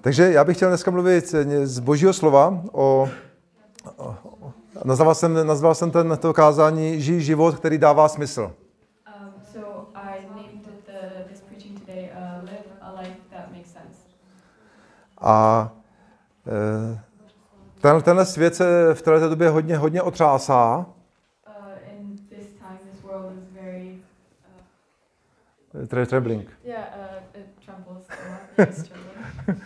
Takže já bych chtěl dneska mluvit z Božího slova nazval jsem to kázání Žij život, který dává smysl. So I named this preaching today Live a Life That Makes Sense. A tenhle svět se v této době hodně otřásá. In this time, this world is very Trembling. yeah, it trembles a lot. It's trembling.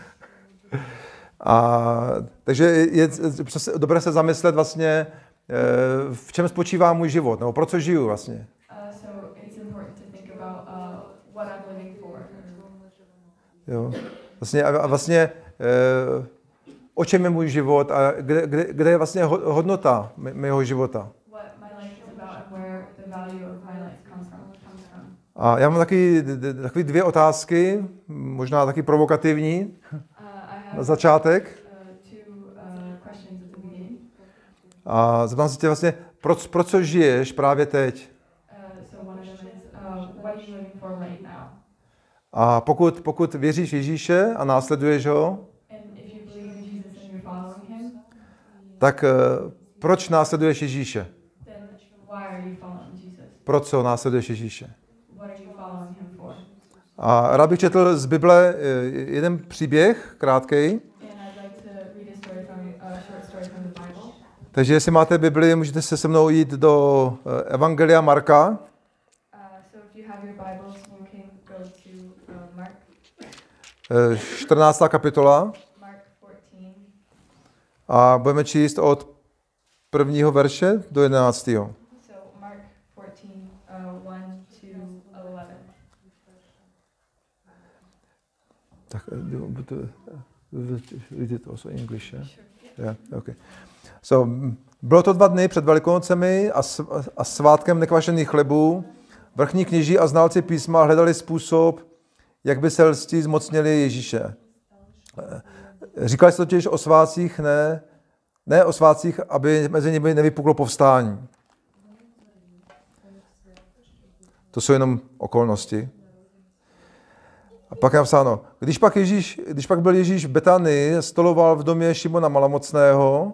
Takže je dobré se zamyslet vlastně, v čem spočívá můj život, nebo pro co žiju vlastně. So it's important to think about what I'm living for. Jo. Vlastně o čem je můj život a kde je vlastně hodnota mého života. What my life is about and where the value of my life comes from. A já mám taky dvě otázky, možná taky provokativní na začátek. Questions at the beginning. A zeptám se tě vlastně, pro co žiješ právě teď? So one of them is, what are you living for right now? A pokud věříš Ježíše a následuješ ho, And if you believe in Jesus and you're following him, tak proč následuješ Ježíše? then why are you following Jesus? Pro co následuješ Ježíše? What are you following him for? A rád bych četl z Bible jeden příběh, krátkej. And I'd like to read a short story from the Bible. Takže jestli máte Bibli, můžete se mnou jít do Evangelia Marka. So if you have your Bibles, you can go to Mark 14. kapitola. Mark 14. A budeme číst od 1. verše do 11. So Mark 14, 1 to 11. Tak, read it also in English, yeah? Yeah, okay. So, bylo to 2 dny před Velikonocemi a svátkem nekvašených chlebů. Vrchní kněží a znalci písma hledali způsob, jak by se lstí zmocnili Ježíše. Říkali se totiž o svátcích, ne o svátcích, aby mezi nimi nevypuklo povstání. To jsou jenom okolnosti. A pak je napsáno, když pak byl Ježíš v Betánii, stoloval v domě Šimona Malomocného,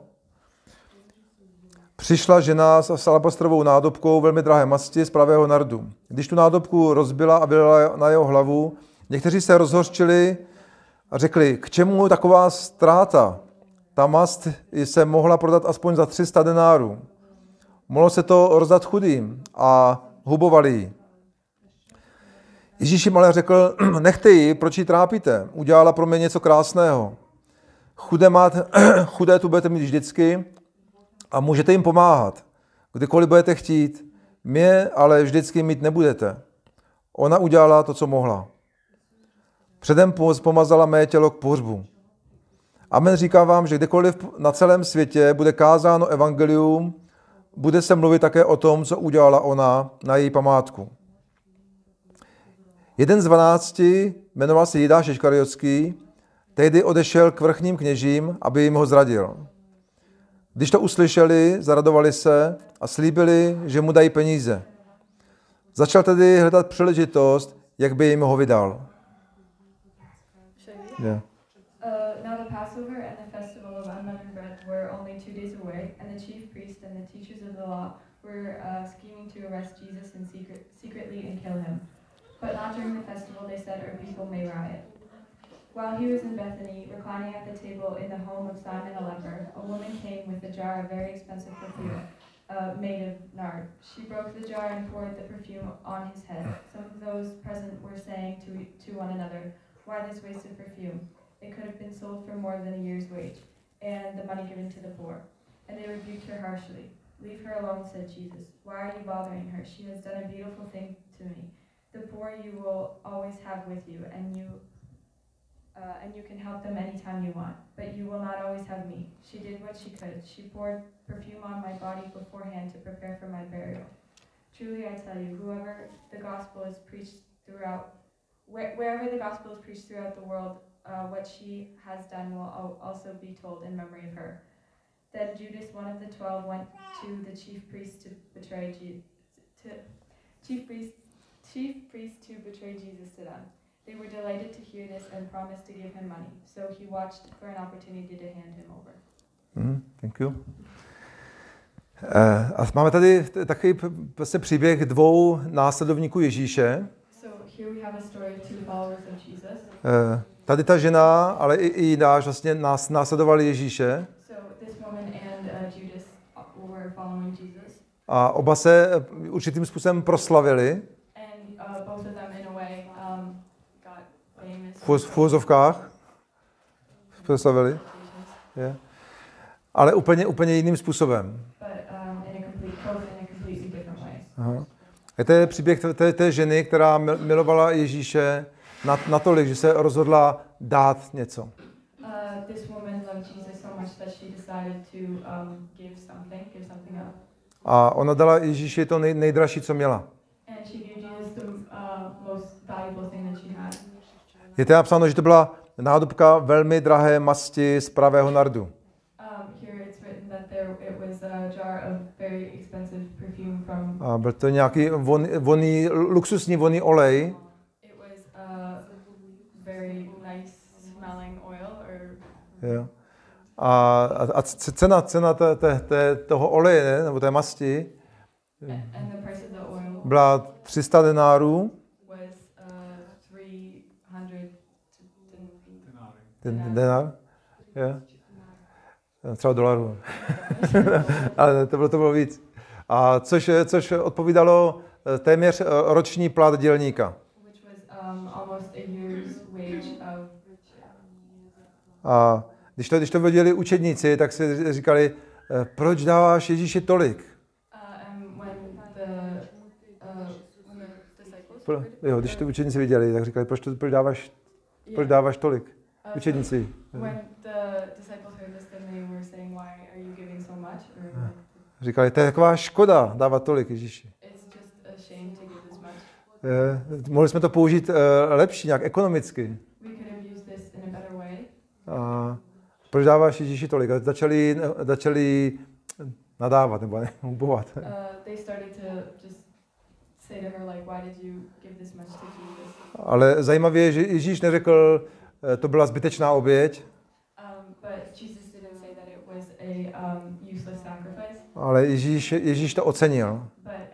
přišla žena s alabastrovou nádobkou velmi drahé masti z pravého nardu. Když tu nádobku rozbila a vylila na jeho hlavu, někteří se rozhořčili a řekli, k čemu taková ztráta? Ta mast se mohla prodat aspoň za 300 denárů. Mohlo se to rozdat chudým a hubovali ji. Ježíš jim ale řekl, nechte ji, proč ji trápíte? Udělala pro mě něco krásného. Chudé tu budete mít vždycky a můžete jim pomáhat, kdykoliv budete chtít. Mě ale vždycky mít nebudete. Ona udělala to, co mohla. Předem pomazala mé tělo k pohřbu. Amen, říkám vám, že kdekoliv na celém světě bude kázáno evangelium, bude se mluvit také o tom, co udělala ona na její památku. Jeden z 12, jmenoval se Jidáš Iškariotský, tehdy odešel k vrchním kněžím, aby jim ho zradil. Když to uslyšeli, zaradovali se a slíbili, že mu dají peníze. Začal tedy hledat příležitost, jak by jim ho vydal. Yeah. Now the Passover and the festival of unleavened bread were only 2 days away, and the chief priests and the teachers of the law were scheming to arrest Jesus secretly and kill him. But not during the festival, they said, or people may riot. While he was in Bethany, reclining at the table in the home of Simon a leper, a woman came with a jar of very expensive perfume, made of nard. She broke the jar and poured the perfume on his head. Some of those present were saying to one another, why this waste of perfume? It could have been sold for more than a year's wage, and the money given to the poor. And they rebuked her harshly. Leave her alone, said Jesus. Why are you bothering her? She has done a beautiful thing to me. The poor you will always have with you, and you can help them anytime you want, but you will not always have me. She did what she could. She poured perfume on my body beforehand to prepare for my burial. Truly I tell you, wherever the gospel is preached throughout the world, what she has done will also be told in memory of her. Then Judas, one of the 12, went to the chief priest to betray Jesus to them. They were delighted to hear this and promised to give him money. So he watched for an opportunity to hand him over. Thank you. A máme tady takový vlastně příběh dvou následovníků Ježíše. So here we have a story of two followers of Jesus. Tady ta žena, ale i jiná, vlastně následovali Ježíše. So this woman and Judas were following Jesus. A oba se určitým způsobem proslavili. And both of them in a way got famous. V uvozovkách proslavili. Yeah. Ale úplně jiným způsobem. Aha. To je příběh té ženy, která milovala Ježíše natolik, že se rozhodla dát něco. A ona dala Ježíši to nejdražší, co měla. Je to napsáno, že to byla nádobka velmi drahé masti z pravého nardu. A byl to nějaký luxusní vonný olej. Yeah. A cena toho oleje, nebo té masti, byla 300 denárů. Denár? Yeah. Třeba dolarů. Ale to bylo víc. A což odpovídalo téměř roční plat dělníka. A když to viděli učedníci, tak si říkali, proč dáváš Ježíši tolik? Jo, když to učedníci viděli, tak říkali, proč dáváš tolik? Učedníci. Říkali, to je taková škoda dávat tolik Ježíši. Mohli jsme to použít lepší, nějak ekonomicky. A proč dáváš Ježíši tolik? A začali nadávat nebo ubovat. Ale zajímavé je, že Ježíš neřekl, to byla zbytečná oběť. Ale Ježíš to ocenil.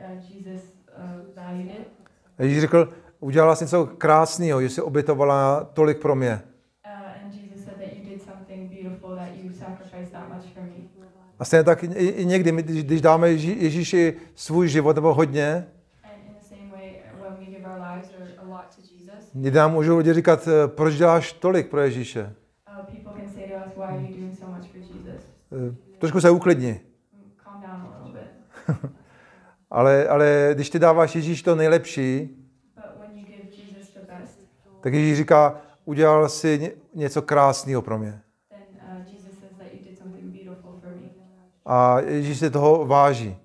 Ježíš řekl, udělala jsi něco krásného, že jsi obětovala tolik pro mě. A stejně tak i někdy, když dáme Ježíši svůj život nebo hodně, někdy nám můžou lidi říkat, proč děláš tolik pro Ježíše. Trošku se uklidni. ale když ty dáváš Ježíš to nejlepší, tak Ježíš říká, udělal jsi něco krásného pro mě. A Ježíš se toho váží.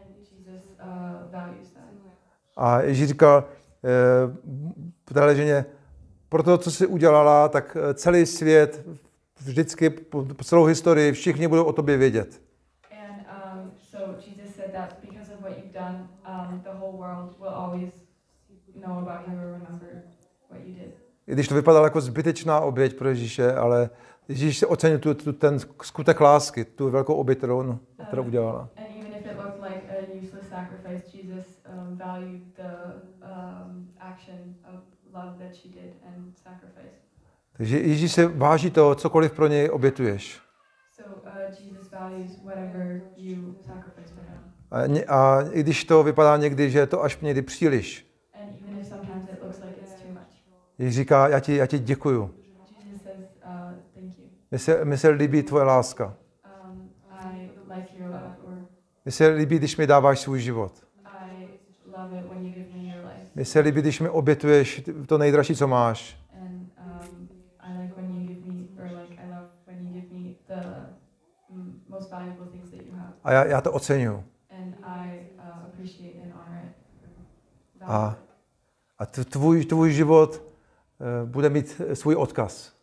A Ježíš říkal téhle ženě, pro to, co jsi udělala, tak celý svět, vždycky po celou historii, všichni budou o tobě vědět. I když to vypadalo jako zbytečná oběť pro Ježíše, ale Ježíš se ocenil ten skutek lásky, tu velkou oběť, kterou udělala. Takže Ježíš se váží toho, cokoliv pro něj obětuješ. A i když to vypadá někdy, že je to až někdy příliš. Ježíš říká, já ti děkuju. Mně se líbí tvoje láska. Mně se líbí, když mi dáváš svůj život. Mně se líbí, když mi obětuješ to nejdražší, co máš. A já to oceňuju. A tvůj život bude mít svůj odkaz.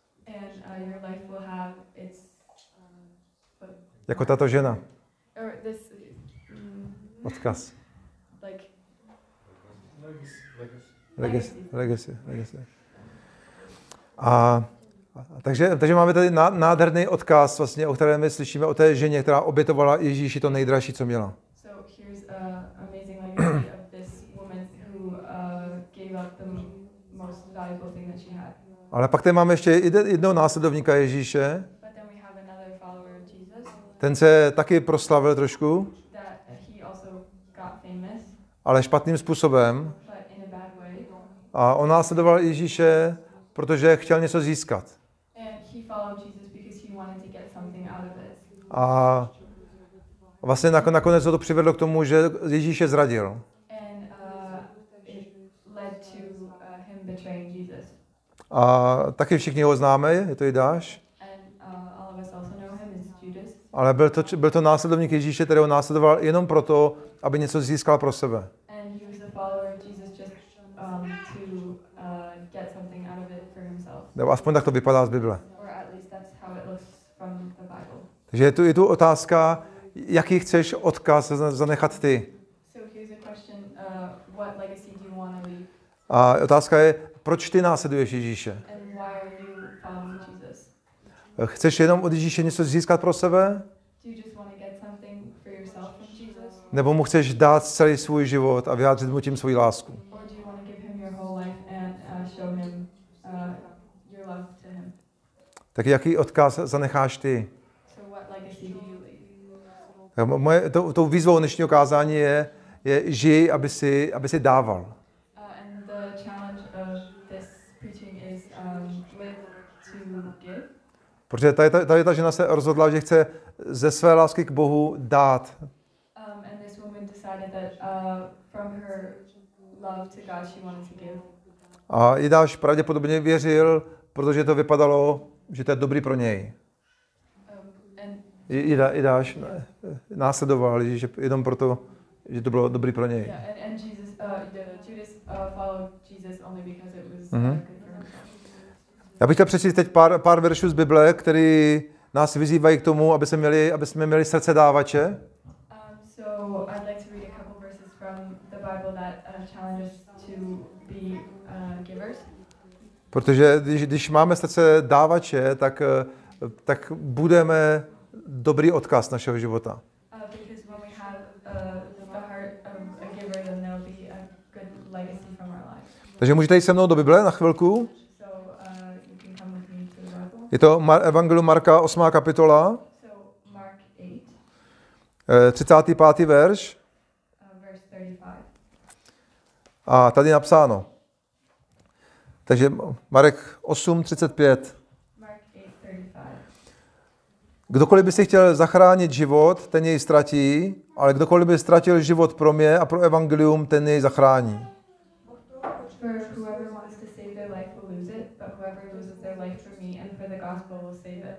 Jako tato žena. Odkaz. Legacy. Takže máme tady nádherný odkaz, vlastně, o kterém my slyšíme o té ženě, která obětovala Ježíši to nejdražší, co měla. So here's an amazing legacy of this woman who gave up the most valuable thing that she had. Ale pak tady máme ještě jednoho následovníka Ježíše. But then we have another follower of Jesus Ten se taky proslavil trošku, that he also got famous, ale špatným způsobem. but in a bad way. A on následoval Ježíše, protože chtěl něco získat. And he followed Jesus because he wanted to get something out of it. A vlastně nakonec ho to přivedlo k tomu, že Ježíše zradil. And it led to him betraying Jesus. A taky všichni ho známe, je to Judáš. And all of us also know him as Judas. Ale byl to následovník Ježíše, který ho následoval jenom proto, aby něco získal pro sebe. And he was a follower of Jesus just to get something out of it for himself. Nebo aspoň tak to vypadá z Bible. Or at least that's how it looks from the Bible. Takže je tu otázka, jaký chceš odkaz zanechat ty. So here's a question, what legacy do you want to leave? A otázka je, proč ty následuješ Ježíše? And why are you following Jesus? Chceš jenom od Ježíše něco získat pro sebe? Do you just want to get something for yourself from Jesus? Nebo mu chceš dát celý svůj život a vyjádřit mu tím svoji lásku? Or do you want to give him your whole life and show him your love to him? Tak jaký odkaz zanecháš ty? So what legacy do you leave? Tou výzvou dnešního kázání je žij, aby si dával. And the challenge of this preaching is live to give. Protože tady ta žena se rozhodla, že chce ze své lásky k Bohu dát. And this woman decided that from her love to God, she wanted to give. A Judáš pravděpodobně věřil, protože to vypadalo, že to je dobrý pro něj. Judáš následoval Ježíše jenom proto, že to bylo dobrý pro něj. Yeah, and Judas followed Jesus only because it was good for himself. Já bych chtěl přečíst teď pár veršů z Bible, který nás vyzývají k tomu, aby jsme měli srdce dávače. So I'd like to read a couple verses from the Bible that challenge us to be givers. Protože když máme srdce dávače, tak budeme dobrý odkaz našeho života. Because when we have the heart of a giver, then there will be a good legacy from our lives. Takže můžete jít se mnou do Bible na chvilku. So you can come with me to the Bible. Je to Evangelium Marka, 8. kapitola, So Mark 8, 35. verš. verse 35. A tady je napsáno. Takže Marek 8:35. Mark 8:35. Kdokoliv by si chtěl zachránit život, ten jej ztratí, ale kdokoliv by ztratil život pro mě a pro evangelium, ten jej zachrání. For whoever wants to save their life will lose it, but whoever loses their life for me and for the gospel will save it.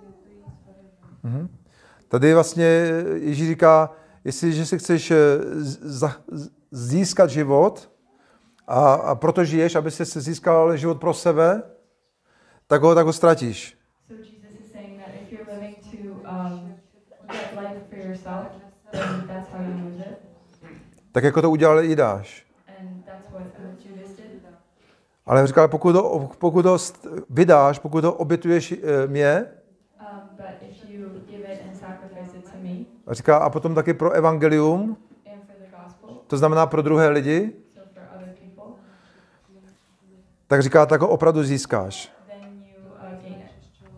Tady vlastně Ježíš říká, jestliže si chceš získat život a proto žiješ, aby si získal život pro sebe, tak ho ztratíš. So Jesus is saying that if you're living to get life for yourself, then that's how you lose it. Tak jako to udělal Judáš. And that's what Judas did. Ale říkal, pokud ho vydáš, pokud ho obětuješ mě, But if you give it and sacrifice it to me a říká, a potom taky pro evangelium, and for the gospel, to znamená pro druhé lidi, so for other people, tak říká, tak ho opravdu získáš. then you gain it.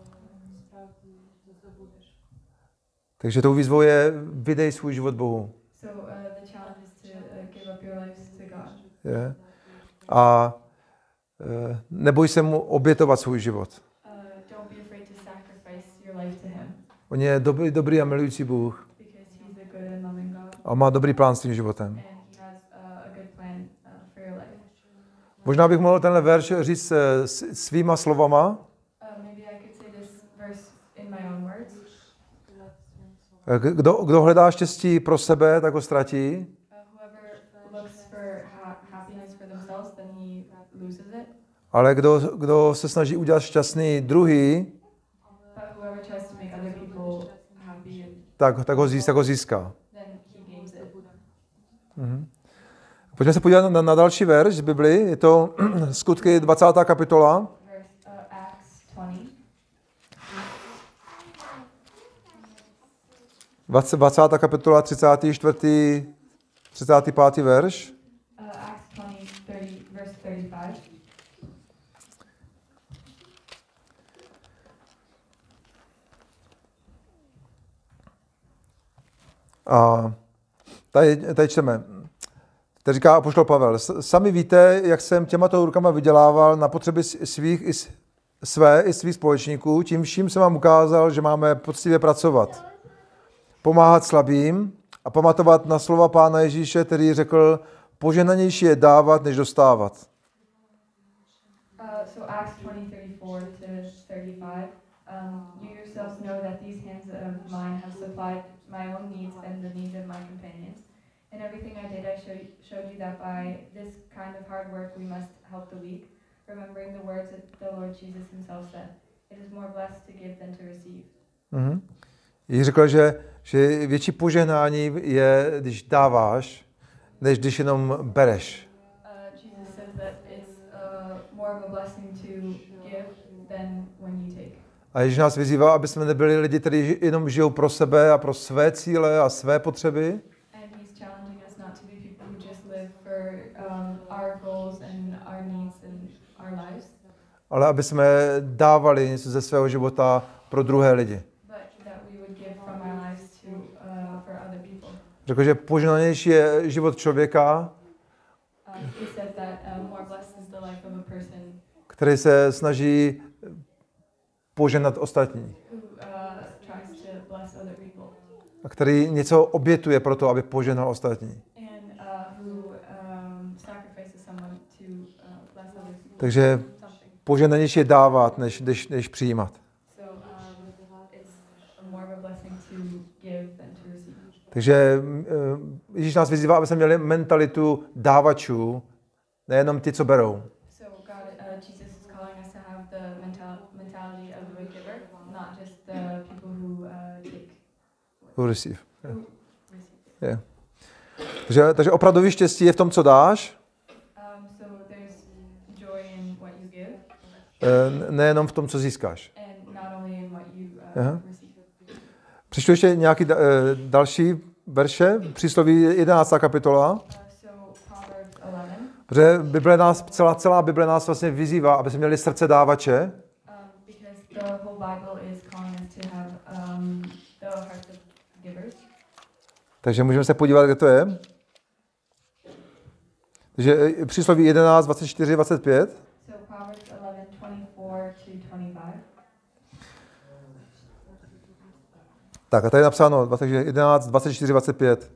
Takže tou výzvou je, vydej svůj život Bohu. So the challenge is to give up your lives to God. Je. A neboj se mu obětovat svůj život. Don't be afraid to sacrifice your life to him, On je dobrý a milující Bůh because he's a good and loving God, a má dobrý plán s tím životem. and he has a good plan for your life. Možná bych mohl tenhle verš říct svýma slovama. Maybe I could say this verse in my own words. Kdo hledá štěstí pro sebe, tak ho ztratí. Whoever looks for happiness for themselves, then he loses it. Ale kdo se snaží udělat šťastný druhý, But whoever tries to make other people happy, tak ho získá. then he gains it. Pojďme se podívat na další verš z Bibli. Je to Skutky 20. kapitola. Verse 20. kapitola, 34. 35. verš. Acts 20, 30, verse 35. A tady čteme. Tady říká apoštol Pavel. Sami víte, jak jsem těmato rukama vydělával na potřeby svých i svých společníků, tím vším jsem vám ukázal, že máme poctivě pracovat. Pomáhat slabým a pamatovat na slova Pána Ježíše, který řekl, požehnanější je dávat, než dostávat. So Acts 20, 34 to 35. You yourselves know that these hands of mine have supplied my own needs and the needs of my companions. In everything I did, I showed you that by this kind of hard work we must help the weak, remembering the words that the Lord Jesus himself said. It is more blessed to give than to receive. Jí řekl, že větší požehnání je, když dáváš, než když jenom bereš. Jesus says that it's more of a blessing to give than when you take. A Ježíš nás vyzývá, aby jsme nebyli lidi, kteří jenom žijou pro sebe a pro své cíle a své potřeby, ale aby jsme dávali něco ze svého života pro druhé lidi. Řekl, že požehnanější je život člověka, který se snaží požehnat ostatní. A který něco obětuje pro to, aby požehnal ostatní. Takže požehnanější je dávat, než přijímat. Takže Ježíš nás vyzývá, aby jsme měli mentalitu dávačů, nejenom ty, co berou. Who receive. Yeah. Yeah. Takže opravdový štěstí je v tom, co dáš. Nejenom v tom, co získáš. Přečtu ještě nějaký další verše, přísloví 11. kapitola. Protože Bible nás, celá Bible nás vlastně vyzývá, aby jsme měli srdce dávače. Takže můžeme se podívat, kde to je. Takže přísloví 11, 24, 25. Tak a tady je napsáno 11, 24, 25.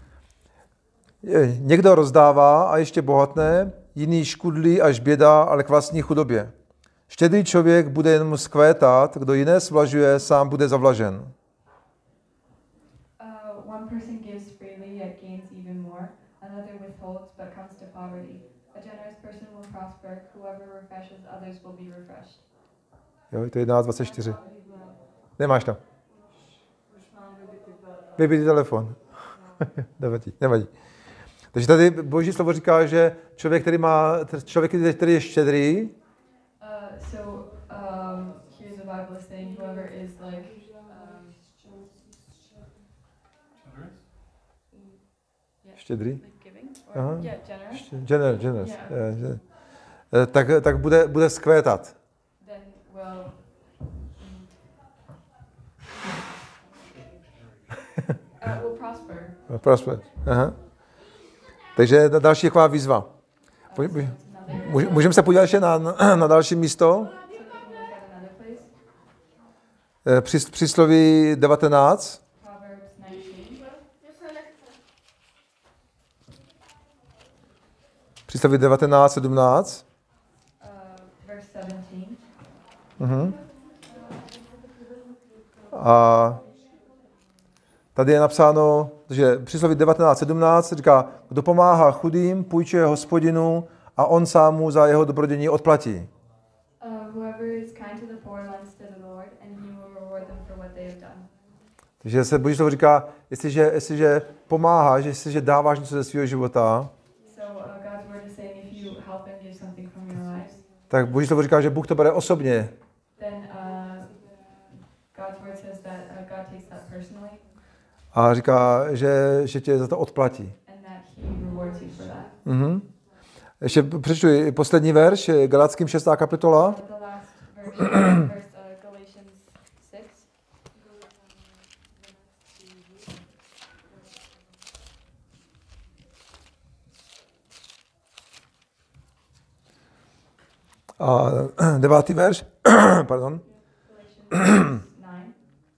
Někdo rozdává a ještě bohatné, jiný škudlí až běda, ale k vlastní chudobě. Štědrý člověk bude jenom skvétat, kdo jiné svlažuje, sám bude zavlažen. Jo, to je 11:24. Nemáš to? Vybitý telefon. Nevadí. Takže tady Boží slovo říká, že člověk, který je štědrý, štědrý? Aha. Generous. Tak bude skvétat. Prosper. Aha. Takže další taková výzva. Můžeme se podívat ještě na další místo? Přísloví 19. Přísloví 19, 17. A tady je napsáno, že přísloví 19:17 říká, kdo pomáhá chudým, půjčuje Hospodinu a on sám mu za jeho dobrodění odplatí. Takže se Boží slovo říká, jestliže pomáháš, jestliže dáváš něco ze svého života, tak Boží slovo říká, že Bůh to bere osobně. A říká, že tě za to odplatí. and that he rewards you for that. Ještě přečtu i poslední verš, Galackým 6. kapitola. The last verse, Galatians 6. A 9. verš, pardon. Galatians 9.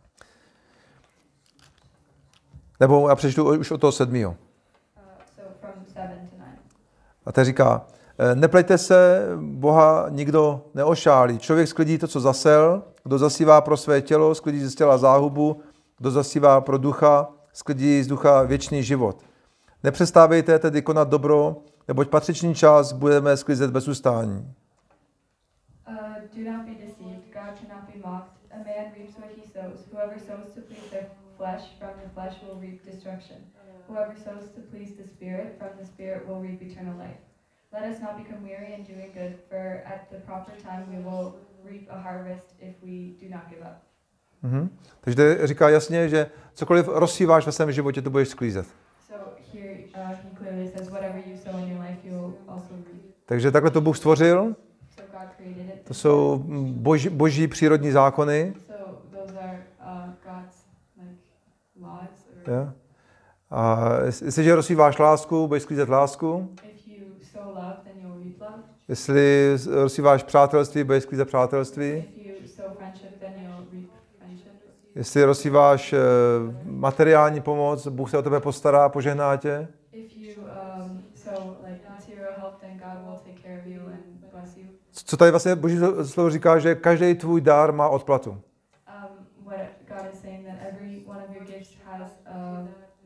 Nebo já přečtu už od toho 7. So from 7 to 9. A ten říká, nepleťte se, Boha nikdo neošálí. Člověk sklidí to, co zasel, kdo zasívá pro své tělo, sklidí z těla záhubu, kdo zasívá pro ducha, sklidí z ducha věčný život. Nepřestávejte tedy konat dobro, neboť patřičný čas budeme sklízet bez ustání. Do not be deceived. God cannot be mocked. A man reaps what he sows. Whoever sows to please their flesh, from the flesh will reap destruction. Whoever sows to please the Spirit, from the Spirit will reap eternal life. Let us not become weary in doing good, for at the proper time we will reap a harvest if we do not give up. Takže to říká jasně, že cokoliv rozsíváš ve svém životě, to budeš sklízet. So here he clearly says, whatever you sow in your life, you will also reap. Takže takhle to Bůh stvořil. So God created it. To jsou boží přírodní zákony. So those are God's like laws. Ja. A jestliže rozsíváš lásku, budeš sklízet lásku. If you sow love, then you'll reap love. Jestli rozsíváš přátelství, budeš sklízet přátelství. If you sow friendship, then you'll reap friendship. Jestli rozsíváš materiální pomoc, Bůh se o tebe postará, požehná tě. If you sow like material help, then God will take care of you and bless you. Co tady vlastně Boží slovo říká, že každý tvůj dar má odplatu. What God is saying that every one of your gifts has a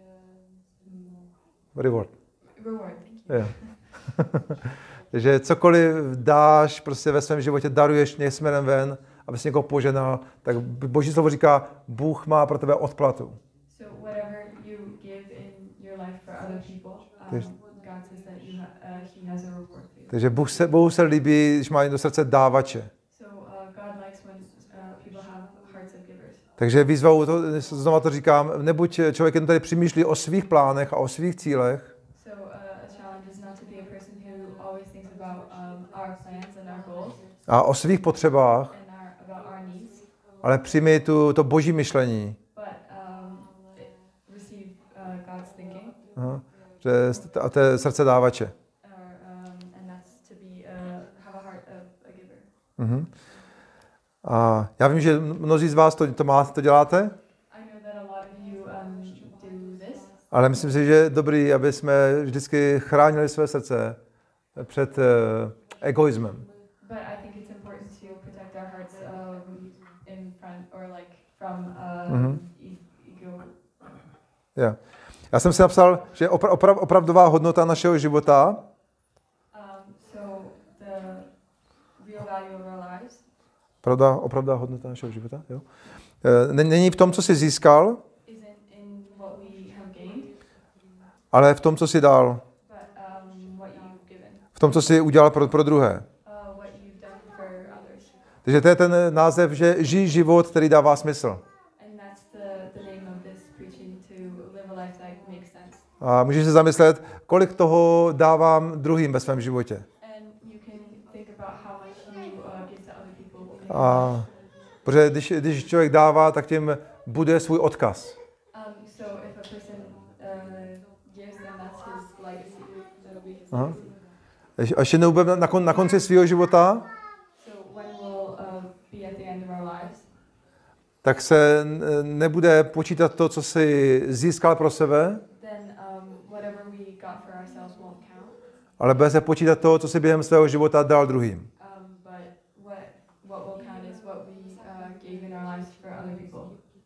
Reward. reward. Yeah. Takže cokoliv dáš prostě ve svém životě, daruješ směrem ven, aby si někoho poženal, tak Boží slovo říká, Bůh má pro tebe odplatu. So whatever you give in your life for other people, God says that He has a reward for you. Takže Bohu se líbí, když má do srdce dávače. So God likes when people have hearts of givers. Takže výzvou, znovu to říkám, nebuď člověk jen tady přemýšlí o svých plánech a o svých cílech, So a challenge is not to be a person who always thinks about our plans and our goals a o svých potřebách, and about our needs, ale přijmi to boží myšlení. but receive God's thinking. Aha. Že to je srdce dávače. And that's to be have a heart of a giver. Mhm. A já vím, že mnozí z vás to děláte, I know that a lot of you do this, ale myslím si, že je dobrý, aby jsme vždycky chránili své srdce před egoismem. but I think it's important to protect our hearts in front or like from ego. Yeah. Já jsem si napsal, že opravdová hodnota našeho života So the real value of our lives opravdová hodnota našeho života, jo? Není v tom, co jsi získal, isn't in what we have gained, ale v tom, co jsi dal, but what you've given, v tom, co jsi udělal pro druhé. what you've done for others. Takže to je ten název, že žij život, který dává smysl. And that's the name of this preaching, to live a life that makes sense. A můžeš se zamyslet, kolik toho dávám druhým ve svém životě. And you can think about how much you give to other people. A protože když člověk dává, tak tím buduje svůj odkaz. So if a person gives, then that's his legacy. That'll be his Aha. legacy. A ještě neubudeme na konci svého života, So when we'll be at the end of our lives, tak se nebude počítat to, co jsi získal pro sebe, then whatever we got for ourselves won't count. ale bude se počítat to, co jsi během svého života dal druhým. But what will count is what we gave in our lives for other people.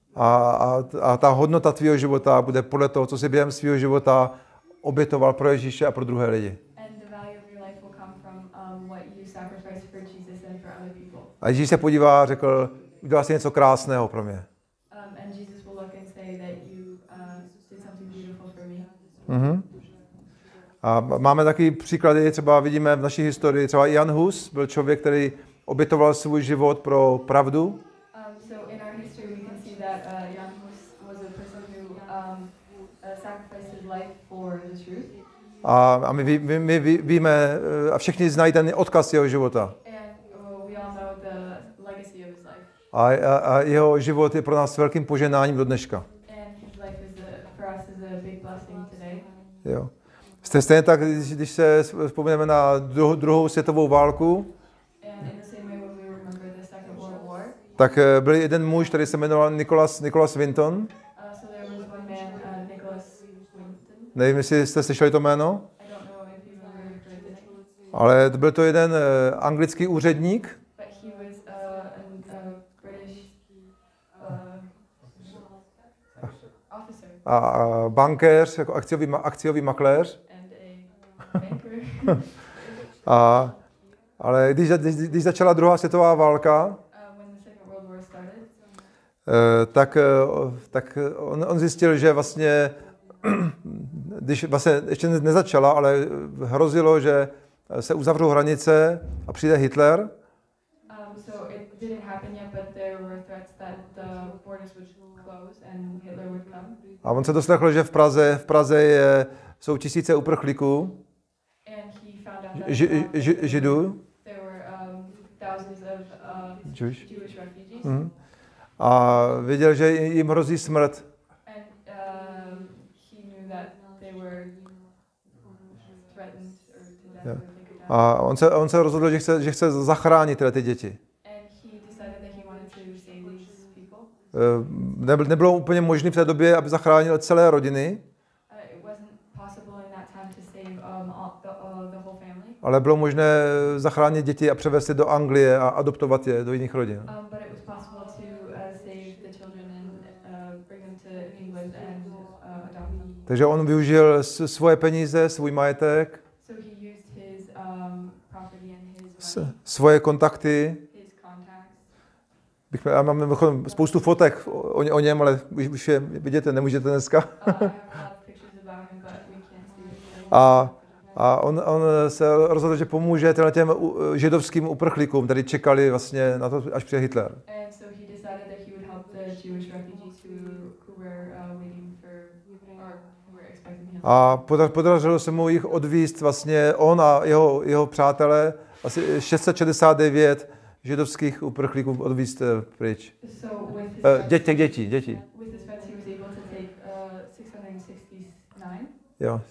A ta hodnota tvého života bude podle toho, co jsi během svého života obětoval pro Ježíše a pro druhé lidi. And the value of your life will come from what you sacrificed for Jesus and for other people. A Ježíš se podívá a řekl, udělal jsi něco krásného pro mě. And Jesus will look and say that you did something beautiful for me. Mhm. A máme takový příklady, třeba vidíme v naší historii, třeba Jan Hus byl člověk, který obětoval svůj život pro pravdu. So in our history we can see that Jan Hus was a person who sacrificed his life for the truth. A my víme, a všichni znají ten odkaz jeho života. And we all know the legacy of his life. A jeho život je pro nás velkým poženáním do dneška. And his life for us is a big blessing today. Jo. Stejně tak, když se vzpomeneme na druhou světovou válku, tak byl jeden muž, který se jmenoval Nicholas Winton. Nevím, jestli jste slyšeli to jméno. Ale byl to jeden anglický úředník. A bankéř, jako akciový makléř. Ale když začala druhá světová válka, tak on zjistil, že vlastně, když vlastně ještě nezačala, ale hrozilo, že se uzavřou hranice a přijde Hitler. A on se doslechl, že v Praze jsou tisíce uprchlíků, Židů. A věděl, že jim hrozí smrt. A on se rozhodl, že chce zachránit tyhle ty děti. Nebylo úplně možné v té době, aby zachránil celé rodiny. Ale bylo možné zachránit děti a převést je do Anglie a adoptovat je do jiných rodin. Takže on využil svoje peníze, svůj majetek, svoje kontakty. Já mám spoustu fotek o něm, ale už je vidíte, nemůžete dneska. A on se rozhodl, že pomůže těm židovským uprchlíkům, kteří čekali vlastně na to, až přijde Hitler. A podařilo se mu jich odvízt vlastně on a jeho přátelé, asi 669 židovských uprchlíků odvízt pryč. Děti. Jo,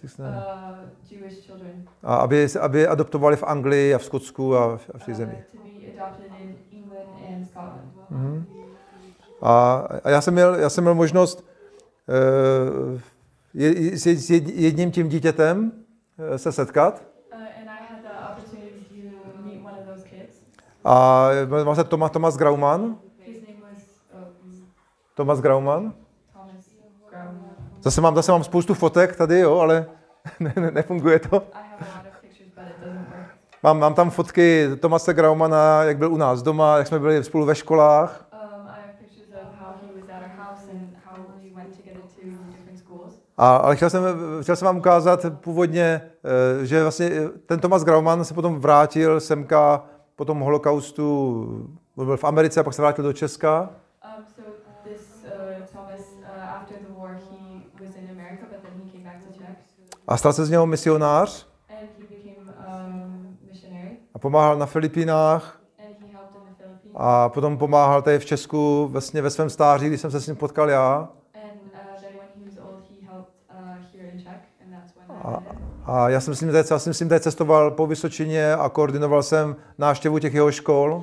a aby adoptovali v Anglii a v Skotsku a v všech zemích. A já jsem měl možnost s jedním tím dítětem se setkat. A jmenuje se Thomas Grauman. Thomas Grauman. Zase mám spoustu fotek tady, jo, ale nefunguje to. Mám tam fotky Thomase Graumana, jak byl u nás doma, jak jsme byli spolu ve školách. Ale chtěl jsem vám ukázat původně, že vlastně ten Thomas Grauman se potom vrátil semka po tom holokaustu, byl v Americe a pak se vrátil do Česka. A stal se z něho misionář. A pomáhal na Filipínách. A potom pomáhal tady v Česku vlastně ve svém stáří, když jsem se s ním potkal já. A já jsem s ním tady cestoval po Vysočině a koordinoval jsem návštěvu těch jeho škol.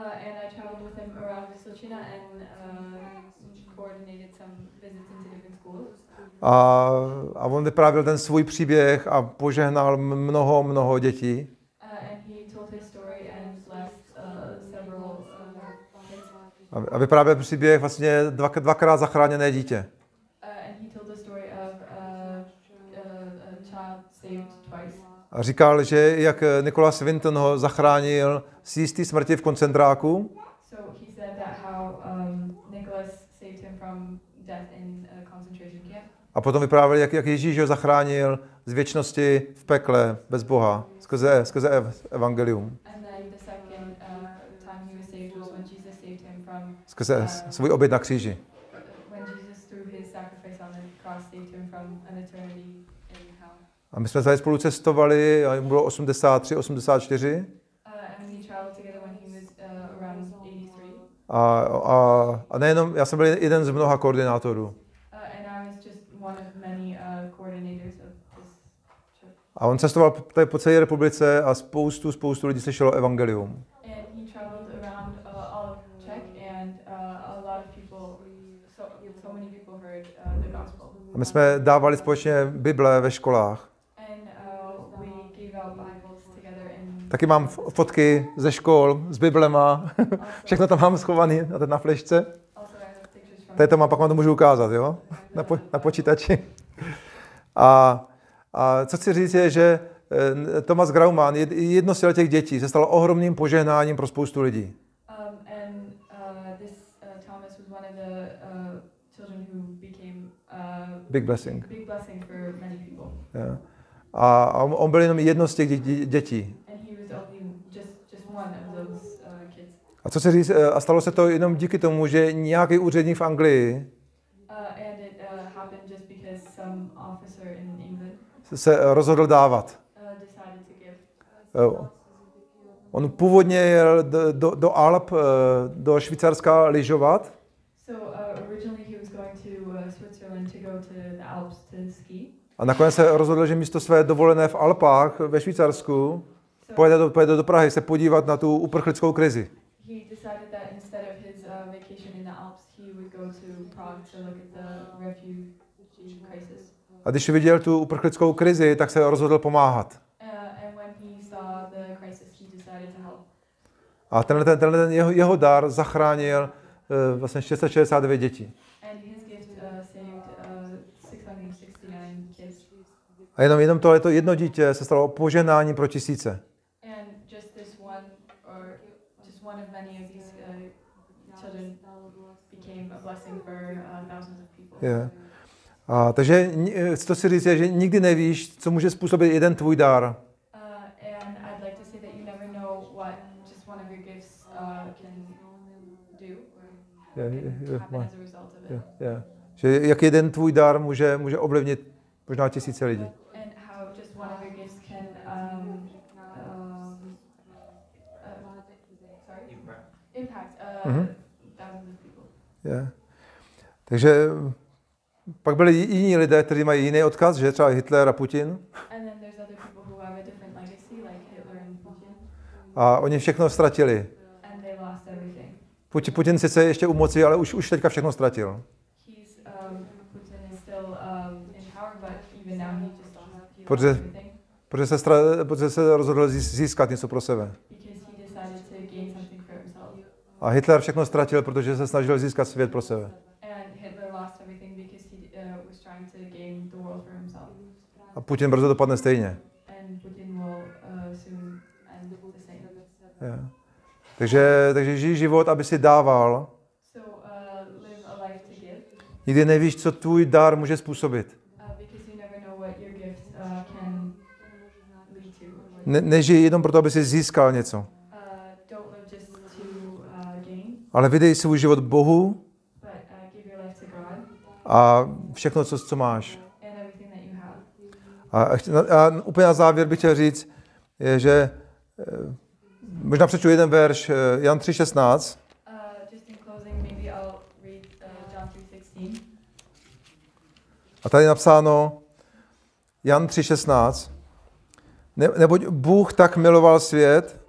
A on vyprávěl ten svůj příběh a požehnal mnoho dětí. A vyprávěl příběh vlastně dvakrát zachráněné dítě. A říkal, že jak Nicholas Winton ho zachránil z jisté smrti v koncentráku. A potom vyprávěl, jak Ježíš ho zachránil z věčnosti v pekle, bez Boha, skrze evangelium. Skrze svůj oběd na kříži. his sacrifice on the cross saved him from an eternity in hell. A my jsme tady spolu cestovali, a jim bylo 83, 84. And we traveled together when he was around 83. A nejenom, já jsem byl jeden z mnoha koordinátorů. And I was just one of many coordinators of this trip. A on cestoval tady po celé republice a spoustu lidí slyšelo evangelium. And he traveled around all of Czech, and a lot of people, so many people heard the gospel. A my jsme dávali společně Bible ve školách. And we gave out Bibles together in. Taky mám fotky ze škol s Biblema. Všechno tam mám schovaný na flešce. Also, I have pictures from. Tady to mám, pak vám to můžu ukázat, jo? Na počítači. A co chci říct je, že Thomas Grauman, jedno z těch dětí, se stalo ohromným požehnáním pro spoustu lidí. This Thomas was one of the children who became Big blessing. big blessing for many people. Yeah. A on byl jenom jedno z těch dětí. And he was only just one of those kids. A co se říct, a stalo se to jenom díky tomu, že nějaký úředník v Anglii And it happened just because some officer in England se rozhodl dávat. decided to give. On původně jel do Alp, do Švýcarska lyžovat. So originally he was going to Switzerland to go to the Alps to ski. A nakonec se rozhodl, že místo své dovolené v Alpách ve Švýcarsku pojede do Prahy se podívat na tu uprchlickou krizi. He decided that instead of his vacation in the Alps, he would go to Prague to look at the refugee crisis. A když viděl tu uprchlickou krizi, tak se rozhodl pomáhat. And when he saw the crisis, he decided to help. A tenhle jeho dar zachránil vlastně 669 dětí. And his gift saved 669 kids. A jenom tohleto jedno dítě se stalo požehnáním pro tisíce. And just this one, or just one of many of these children became a blessing for thousands of people. Yeah. A takže co si říct je, že nikdy nevíš, co může způsobit jeden tvůj dar. And I'd like to say that you never know what just one of your gifts can do or happen as a result of it. Že jak jeden tvůj dar může ovlivnit možná tisíce lidí. And how just one of your gifts can impact thousands of people. Yeah. Takže pak byli jiní lidé, kteří mají jiný odkaz, že třeba Hitler a Putin. And then there's other people who have a different legacy, like Hitler and Putin. A oni všechno ztratili. And they lost everything. Putin sice ještě u moci, ale už teďka všechno ztratil. Putin is still in power, but even now he just lost Protože- everything Protože se rozhodl získat něco pro sebe. because he decided to gain something for himself. A Hitler všechno ztratil, protože se snažil získat svět pro sebe. And Hitler lost everything because he was trying to gain the world for himself. A Putin brzo dopadne stejně. And Putin will soon end the same. Yeah. Takže žij život, aby si dával. So live a life to give, Nikdy nevíš, co tvůj dar může způsobit. because you never know what your gifts can lead to. Nežij jenom proto, aby si získal něco. Don't live just to gain, Ale vydej svůj život Bohu but give your life to God a všechno, co máš. and everything that you have. A úplně na závěr bych chtěl říct, je, že možná přečtu jeden verš, Jan 3,16. Just in closing, maybe I'll read John 3:16. A tady je napsáno Jan 3,16. Neboť Bůh tak miloval svět,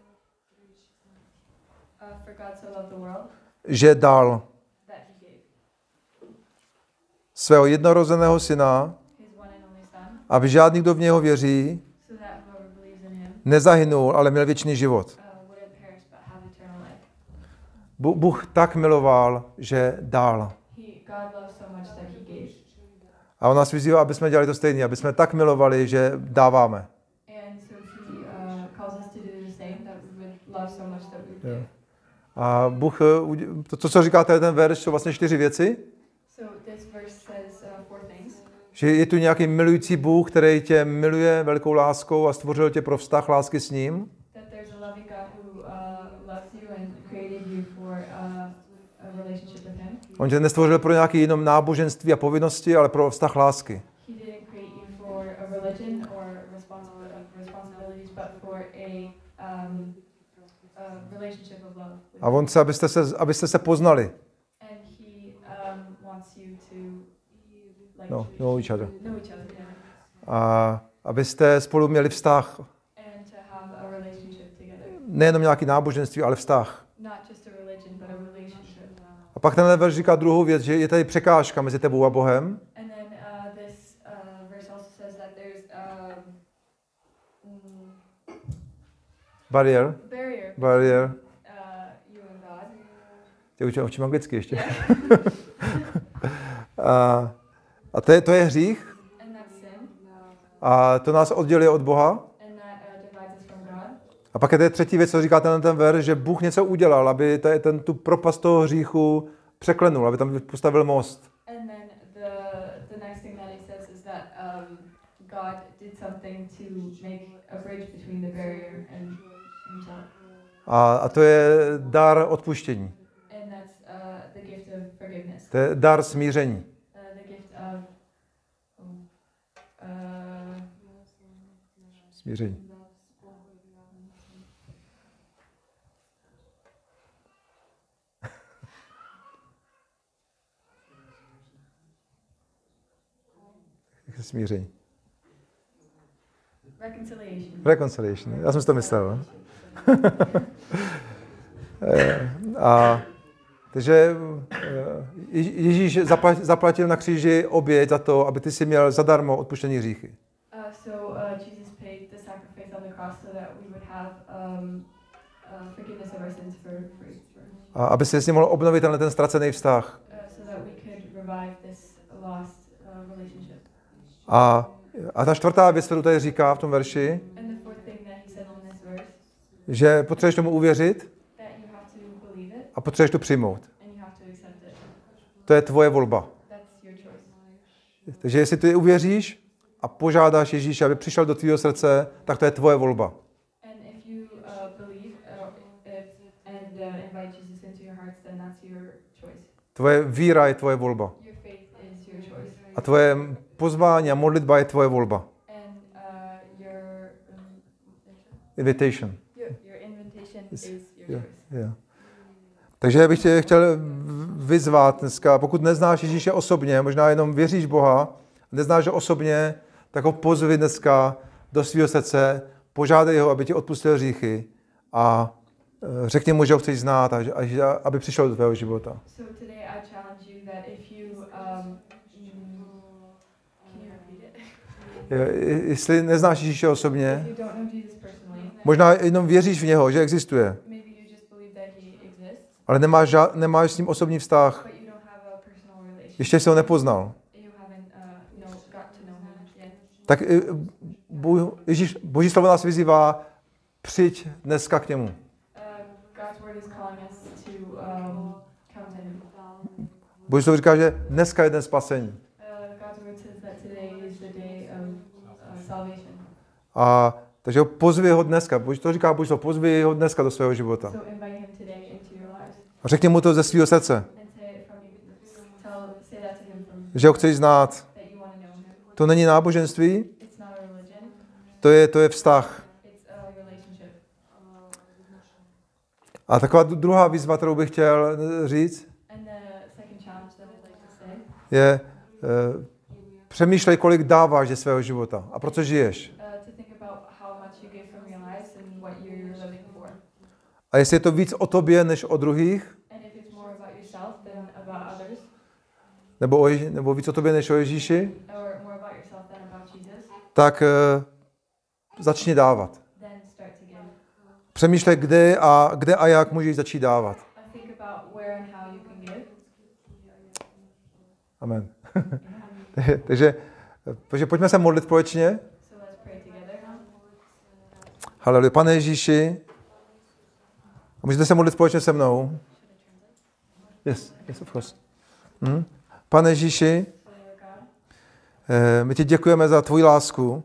For God so loved the world že dal that he gave svého jednorozeného syna, his one and only son, aby žádný, kdo v něho věří, so that whoever believes in him nezahynul, ale měl věčný život. wouldn't perish but have eternal life. Bůh tak miloval, že dal. God loved so much that he gave. A on nás vyzývá, aby jsme dělali to stejné, aby jsme tak milovali, že dáváme. And so he calls us to do the same, that we would love so much that we would give. A Bůh, to, co říká ten verš, jsou vlastně 4 věci. So this verse says 4 things. Že je tu nějaký milující Bůh, který tě miluje velikou láskou a stvořil tě pro vztah lásky s ním. That there's a loving God who loves you and created you for a relationship with him. On tě nestvořil pro nějaké jenom náboženství a povinnosti, ale pro vztah lásky. He didn't create you for a religion or responsibilities, but for a relationship of love. A on chce, abyste se poznali. And he wants you to like Know each other. know each other, yeah. A abyste spolu měli vztah. And to have a relationship together. Nejenom nějaký náboženství, ale vztah. Not just a religion, but a relationship. A pak tenhle verš říká druhou věc, že je tady překážka mezi tebou a Bohem. And then this verse also says that there's Bariér. barrier you and God. Tě učím anglicky ještě. A to je hřích. And that's sin. A to nás odděluje od Boha. And that divides us from God. A pak je to třetí věc, co říká ten verš, že Bůh něco udělal, aby tu propast toho hříchu překlenul, aby tam postavil most. And then the next thing that he says is that God did something to make a bridge between the barrier and himself. A to je dar odpuštění. And that's the gift of forgiveness. To je dar smíření. The gift of Smíření. Smíření. Reconciliation. Já jsem si to myslel. Takže Ježíš zaplatil na kříži oběť za to, aby ty si měl zadarmo odpuštění hříchy. Jesus paid the sacrifice on the cross so that we would have forgiveness of our sins for free. A aby si s ním mohl obnovit ten ztracený vztah. So that we could revive this lost relationship. A ta čtvrtá věc, kterou tady říká v tom verši, že potřebuješ tomu uvěřit a potřebuješ to přijmout. To je tvoje volba. Takže jestli ty uvěříš a požádáš Ježíše, aby přišel do tvého srdce, tak to je tvoje volba. Tvoje víra je tvoje volba. A tvoje pozvání a modlitba je tvoje volba. Invitation. Yeah. Takže bych tě chtěl vyzvat dneska, pokud neznáš Ježíše osobně, možná jenom věříš Boha, neznáš ho osobně, tak ho pozvi dneska do svého srdce, požádej ho, aby ti odpustil hříchy a řekni mu, že ho chceš znát a aby přišel do tvého života. Jestli neznáš Ježíše osobně, možná jenom věříš v něho, že existuje, ale nemáš s ním osobní vztah, ještě jsi ho nepoznal, tak Boží slovo nás vyzývá, přijď dneska k němu. Boží slovo říká, že dneska je den spasení. A takže ho pozvi ho dneska. To říká Boží slovo, pozvi ho dneska do svého života. A řekni mu to ze svého srdce. Že ho chceš znát. To není náboženství, to je vztah. A taková druhá výzva, kterou bych chtěl říct, je přemýšlej, kolik dáváš ze svého života a proč žiješ. A jestli je to víc o tobě, než o druhých, nebo víc o tobě, než o Ježíši, tak začni dávat. Přemýšlej, kde a jak můžeš začít dávat. Amen. Takže pojďme se modlit společně. Haleluja. Pane Ježíši, a můžete se modlit společně se mnou? Yes, of course. Pane Ježíši, my ti děkujeme za tvoji lásku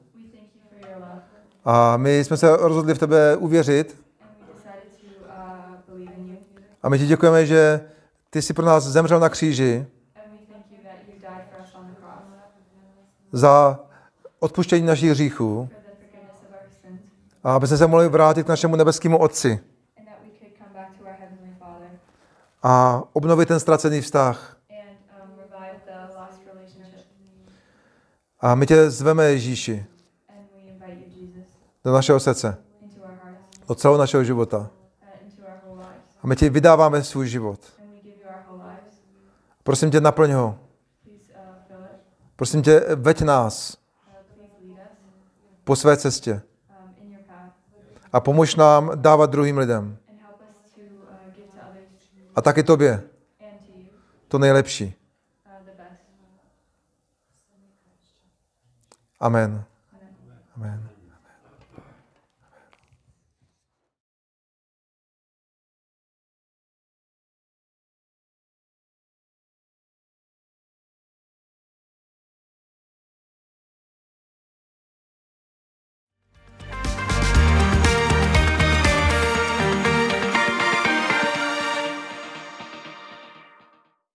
a my jsme se rozhodli v tebe uvěřit a my ti děkujeme, že ty jsi pro nás zemřel na kříži And we thank you that you died for us on the cross, za odpuštění našich hříchů for the forgiveness of our sins, a aby jsme se mohli vrátit k našemu nebeskému Otci and that we could come back to our Heavenly Father a obnovit ten ztracený vztah. and revive the lost relationship. A my tě zveme, Ježíši, And we invite you, Jesus, do našeho srdce, into our hearts, do celého našeho života. into our whole lives. A my ti vydáváme svůj život. And we give you our whole lives. Prosím tě, naplň ho. Please fill it. Prosím tě, veď nás Please lead us po své cestě in your path a pomož nám dávat druhým lidem and help us to give to others a taky tobě and to you to nejlepší. the best. Amen. Amen. Amen.